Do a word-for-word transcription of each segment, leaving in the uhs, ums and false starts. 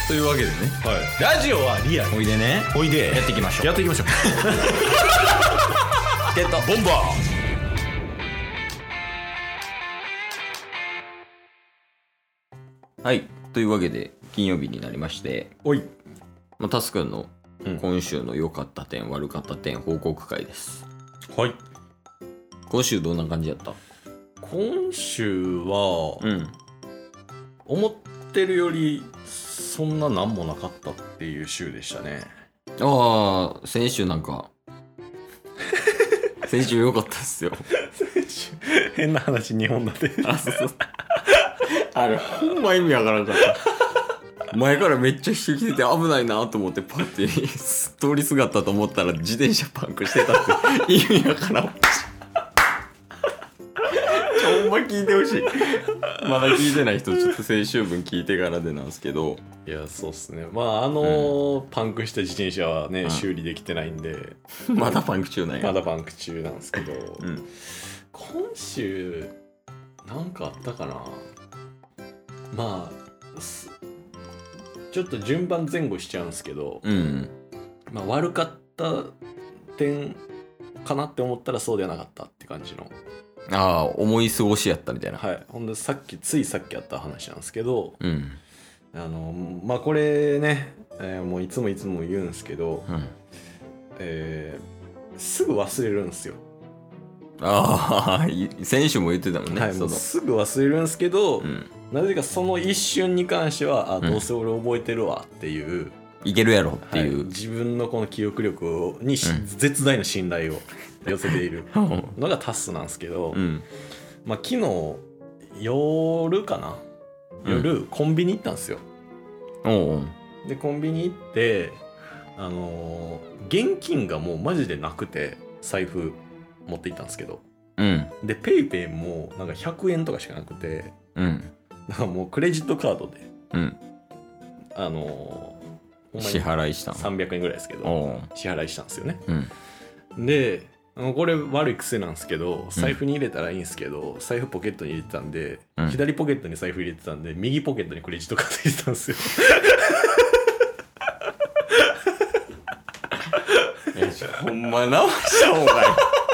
というわけでね、 はい、ラジオはリアル。 おいでね、 おいでやっていきましょう。 やっていきましょうゲットボンバー。はい、というわけで金曜日になりまして、 おい、 まあ、タスくんのうん今週の良かった点、悪かった点報告会です。 はい。 今週どんな感じやった？ 今週は、 うん、 思ってるよりそんな何もなかったっていう週でしたね。 ああ、先週なんか先週良かったっすよ。 変な話にほん立て。 あ、そうそうあれほんま意味わからんかった。前からめっちゃ人来てて危ないなと思ってパッて通りすがったと思ったら自転車パンクしてたって意味わからん。ちょほんま聞いてほしい。まだ聞いてない人ちょっと先週分聞いてからでなんですけど。 いや、そうっすね。まああのーうん、パンクした自転車はね、うん、修理できてないんでまだパンク中なんや。 まだパンク中なんですけど、 うん、 今週なんかあったかな。まあちょっと順番前後しちゃうんですけど、 うん、 まあ悪かった点かなって思ったらそうではなかったって感じの。 ああ、思い過ごしやったみたいな。 はい。ほんでさっきついさっきあった話なんですけど、 うん、 あのまあこれね、えー、もういつもいつも言うんですけど、 うん、 えー、すぐ忘れるんですよ。 ああ、先週も言ってたもんね。 はい、もうすぐ忘れるんですけど、うん、なぜかその一瞬に関しては、あ、どうせ俺覚えてるわっていう、うん、 いけるやろっていう、 はい、自分のこの記憶力に、うん、絶大な信頼を寄せているのがタスなんですけど、うん、まあ昨日夜かな、夜、うん、コンビニ行ったんですよ。 おう。 でコンビニ行ってあのー、現金がもうマジでなくて財布持って行ったんですけど、 うん、 でペイペイもなんかひゃくえんとかしかなくて、 うん、 だからもうクレジットカードで、 うん、 あのー、 支払いしたさんびゃくえんぐらいですけど支払いしたんですよね、 うん、 でこれ悪い癖なんですけど財布に入れたらいいんですけど、うん、財布ポケットに入れてたんで、うん、左ポケットに財布入れてたんで右ポケットにクレジットカード入れてたんですよ。 ほんま直した方がいい。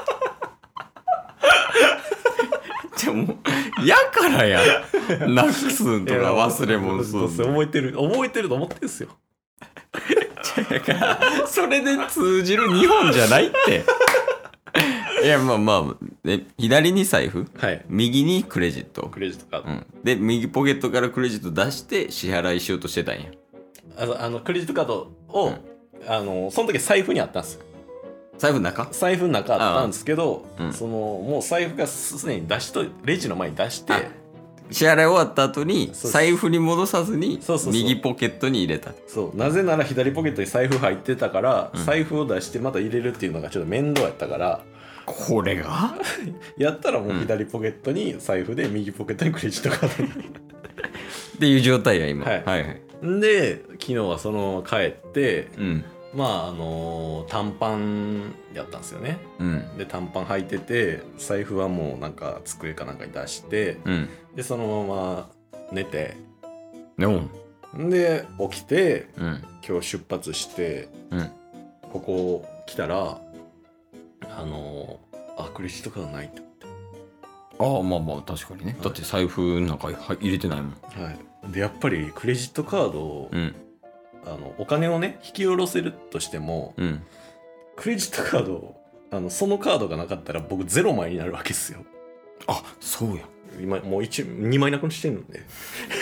じゃあもうやからやなくすんとか忘れ物する。 覚えてる覚えてると思ってんすよ。 だからそれで通じる日本じゃないって。いやまあまあ、ね、左に財布、 はい、 右にクレジットクレジットカード、 うん、で右ポケットからクレジット出して支払いしようとしてたんや。 あの、あのクレジットカードを、うん、あのその時財布にあったんですよ。 財布の中財布の中あったんですけど、 うん、 そのもう財布がすでに出しとレジの前に出して支払い終わった後に財布に戻さずにそうそうそう右ポケットに入れた。 そうなぜなら左ポケットに財布入ってたから、うん、財布を出してまた入れるっていうのがちょっと面倒やったからこれがやったらもう左ポケットに財布で右ポケットにクレジットカードにっていう状態や今、 はいはいはい、 で昨日はその帰って、 うん、 まああのー、短パンやったんですよね、 うん、 で短パン履いてて財布はもうなんか机かなんかに出して、 うん、 でそのまま寝て、 うん、 で起きて、 うん、 今日出発して、 うん、 ここ来たらあのー、あクレジットカードないって思って、ああまあまあ確かにね、はい、だって財布の中入れてないもん。 はい。でやっぱりクレジットカードを、うん、あのお金をね引き下ろせるとしても、うん、クレジットカードあのそのカードがなかったら僕ゼロ枚になるわけですよ。 あ、そうや。 今もうにまいなくしてるんで。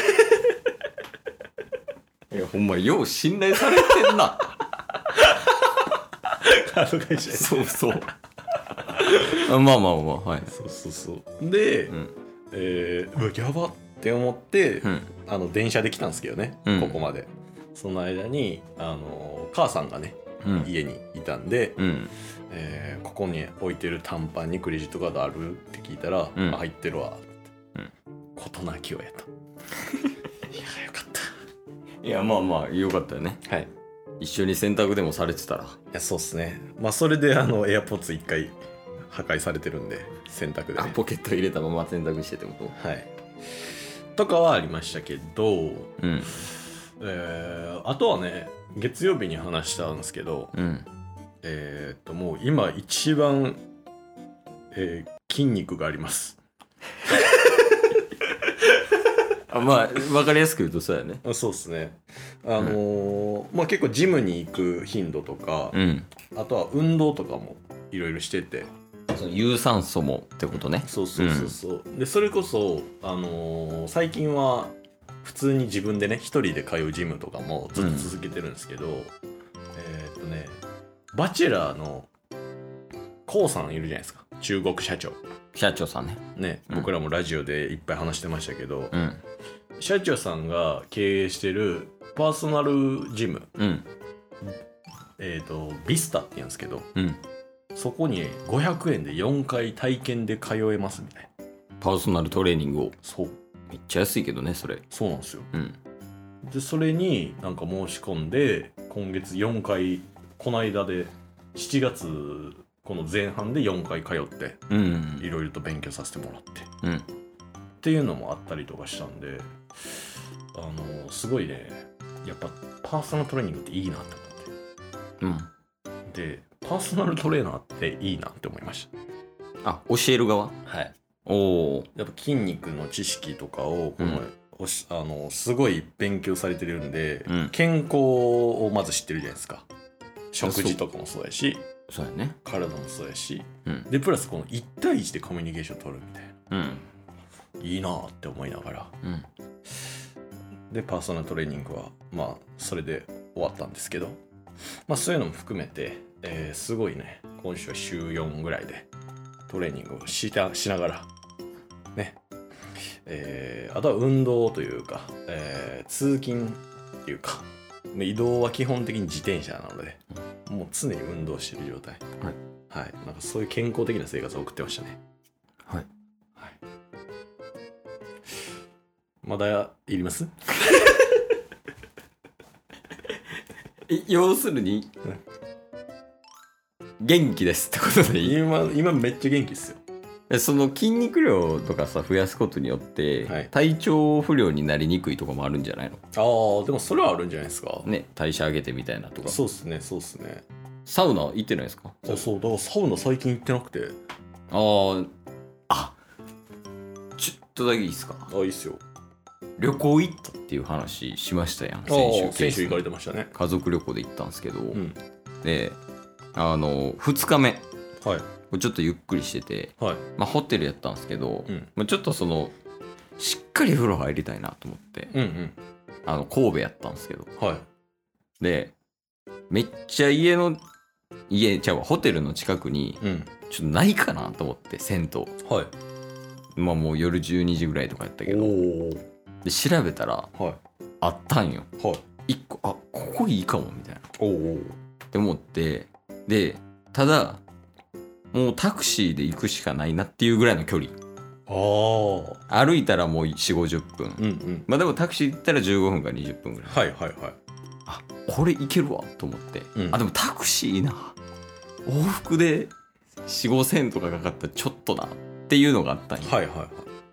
いやほんまよう信頼されてんな。 カード会社。 そうそう。まあまあまあはい。 そうそうそう。で、うん、えー、うわやばって思って、うん、あの電車で来たんですけどね、うん、ここまで。その間にあの母さんがね、うん、家にいたんで、うんえー、ここに置いてる短パンにクレジットカードあるって聞いたら、うん、あ入ってるわって、うん、事なきを得た。いやよかった。 いやまあまあよかったよね。 はい。 一緒に洗濯でもされてたら。いやそうっすね。まあそれであのエアポッツ一回破壊されてるんで洗濯で、ね、 あポケット入れたまま洗濯してってこと。 はい。とかはありましたけど、 うん、 えー、あとはね月曜日に話したんですけど、うん、えー、っともう今一番、えー、筋肉がありますあ、まあ分かりやすく言うとそうやね。 あ、そうですね。あのーうん、まあ結構ジムに行く頻度とか、うん、あとは運動とかもいろいろしてて、 その有酸素もってことね。 そうそうそうそう、うん、でそれこそ、あのー、最近は普通に自分でね一人で通うジムとかもずっと続けてるんですけど、うん、えー、っとねバチェラーのコウさんいるじゃないですか、中国社長社長さんねね、うん、僕らもラジオでいっぱい話してましたけど、うん、社長さんが経営してるパーソナルジム、うん、えっ、ー、とビスタって言うんですけど、うん、そこにごひゃくえんでよんかい体験で通えますみたいな。 パーソナルトレーニングを。 そうめっちゃ安いけどねそれ。 そうなんですよ、うん、でそれになんか申し込んで今月よんかい、この間でしちがつこの前半でよんかい通っていろいろと勉強させてもらって、うん、っていうのもあったりとかしたんで、あのすごいねやっぱパーソナルトレーニングっていいなって思って、うん、でパーソナルトレーナーっていいなって思いました。 あ、教える側。 はい。おやっぱ筋肉の知識とかをこの、うん、あのすごい勉強されてるんで、うん、健康をまず知ってるじゃないですか。食事とかもそうやし、 そうやね、 体もそうやし、うん、でプラスこのいち対いちでコミュニケーション取るみたいな、うん、いいなって思いながら、うん、でパーソナルトレーニングはまあそれで終わったんですけど、まあそういうのも含めて、えー、すごいね今週はしゅうよんぐらいでトレーニングをしたしながらね、えー、あとは運動というか、えー、通勤っていうか移動は基本的に自転車なので、もう常に運動してる状態。はい。はい。なんかそういう健康的な生活を送ってましたね。はい。はい。まだいります要するに、うん、元気ですってことでいい？ 今、今めっちゃ元気ですよ。 その筋肉量とかさ増やすことによって、はい、体調不良になりにくいとかもあるんじゃないの？ ああ、でもそれはあるんじゃないですかね。代謝上げてみたいなとか。 そうっすね、そうっすね。 サウナ行ってないですか？ あ、そう、だからサウナ最近行ってなくて。 ああ、あ、ちょっとだけいいですか？ あ、いいっすよ。 旅行行ったっていう話しましたやん。 先週先週行かれてましたね。 家族旅行で行ったんですけど、うん、であのふつかめ、はい、ちょっとゆっくりしてて、はい、まあ、ホテルやったんですけど、うん、まあ、ちょっとそのしっかり風呂入りたいなと思って、うんうん、あの神戸やったんですけど、はい、でめっちゃ家の家ちゃうわホテルの近くに、うん、ちょっとないかなと思って銭湯、はい、まあもう夜じゅうにじぐらいとかやったけど、で調べたら、はい、あったんよ、はい、いっこ、あ、ここいいかもみたいなおおって思って、でただもうタクシーで行くしかないなっていうぐらいの距離。あ歩いたらもうよんじゅうごじゅっぷん、うんうん、まあでもタクシー行ったらじゅうごふんからにじゅっぷんぐらい。はいはいはい。あ、これいけるわと思って、うん、あでもタクシーいいな、往復でよん、ごせんとかかかったらちょっとなっていうのがあったんよ。はいはいはい。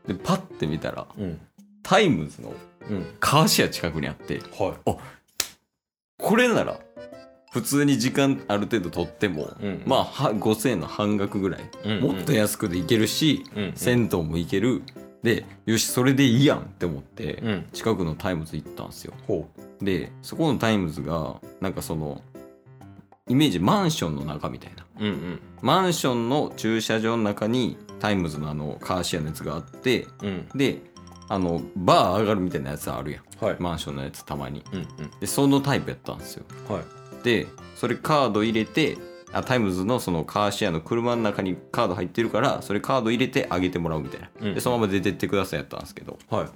でパッて見たら、うん、タイムズのカーシェア近くにあって、うん、はい、あこれなら普通に時間ある程度取っても、うんうん、まあごせんえんの半額ぐらい、うんうん、もっと安くで行けるし、うんうん、銭湯も行けるで、よしそれでいいやんって思って、うん、近くのタイムズ行ったんですよ。でそこのタイムズがなんかそのイメージマンションの中みたいな、うんうん、マンションの駐車場の中にタイムズのあのカーシェアのやつがあって、うん、であのバー上がるみたいなやつあるやん、はい、マンションのやつたまに、うんうん、でそのタイプやったんですよ。はい、でそれカード入れて、あタイムズのそのカーシェアの車の中にカード入ってるからそれカード入れてあげてもらうみたいな、うん、でそのまま出てってくださいやったんですけど、はい、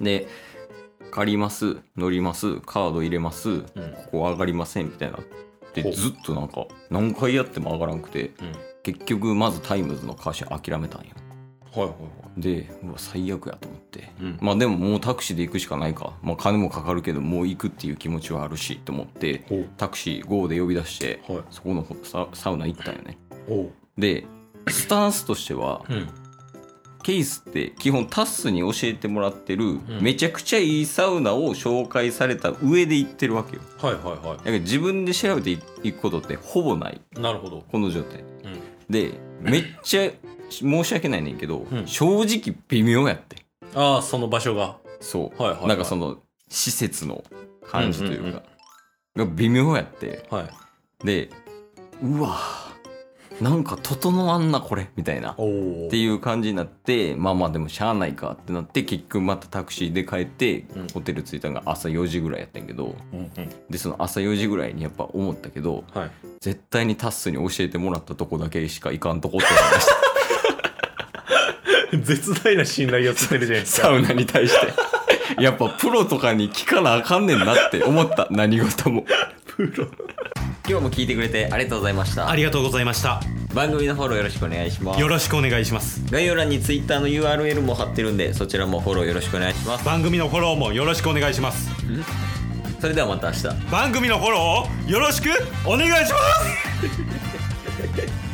で借ります乗りますカード入れます、うん、ここ上がりませんみたいなでずっとなんか何回やっても上がらんくて、うん、結局まずタイムズのカーシェア諦めたんよ。はいはいはい、でうわ最悪やと思って、うん、まあでももうタクシーで行くしかないか、まあ、金もかかるけどもう行くっていう気持ちはあるしと思ってタクシー ゴー で呼び出して、はい、そこの サ, サウナ行ったよね。でスタンスとしては、うん、 ケースって基本タッスに教えてもらってる、うん、めちゃくちゃいいサウナを紹介された上で行ってるわけよ。 はいはいはい。 だから自分で調べていくことってほぼない。 なるほど。 この状態、うん、でめっちゃ申し訳ないねんけど、うん、正直微妙やって。 ああその場所が。 そう、はいはいはい、なんかその施設の感じというか、うんうんうん、が微妙やって、はい、でうわなんか整わんなこれみたいなっていう感じになって、まあまあでもしゃあないかってなって結局またタクシーで帰って、うん、ホテル着いたのが朝よじぐらいやったんやけど、うんうん、でその朝よじぐらいにやっぱ思ったけど、はい、絶対にタッスに教えてもらったとこだけしか行かんとこって思いました絶大な信頼を捨てるじゃないですかサウナに対してやっぱプロとかに聞かなあかんねんなって思った何事もプロ今日も聞いてくれてありがとうございました。 ありがとうございました。 番組のフォローよろしくお願いします。 よろしくお願いします。 概要欄に Twitter の ユーアールエル も貼ってるんでそちらもフォローよろしくお願いします。 番組のフォローもよろしくお願いしますそれではまた明日番組のフォローをよろしくお願いします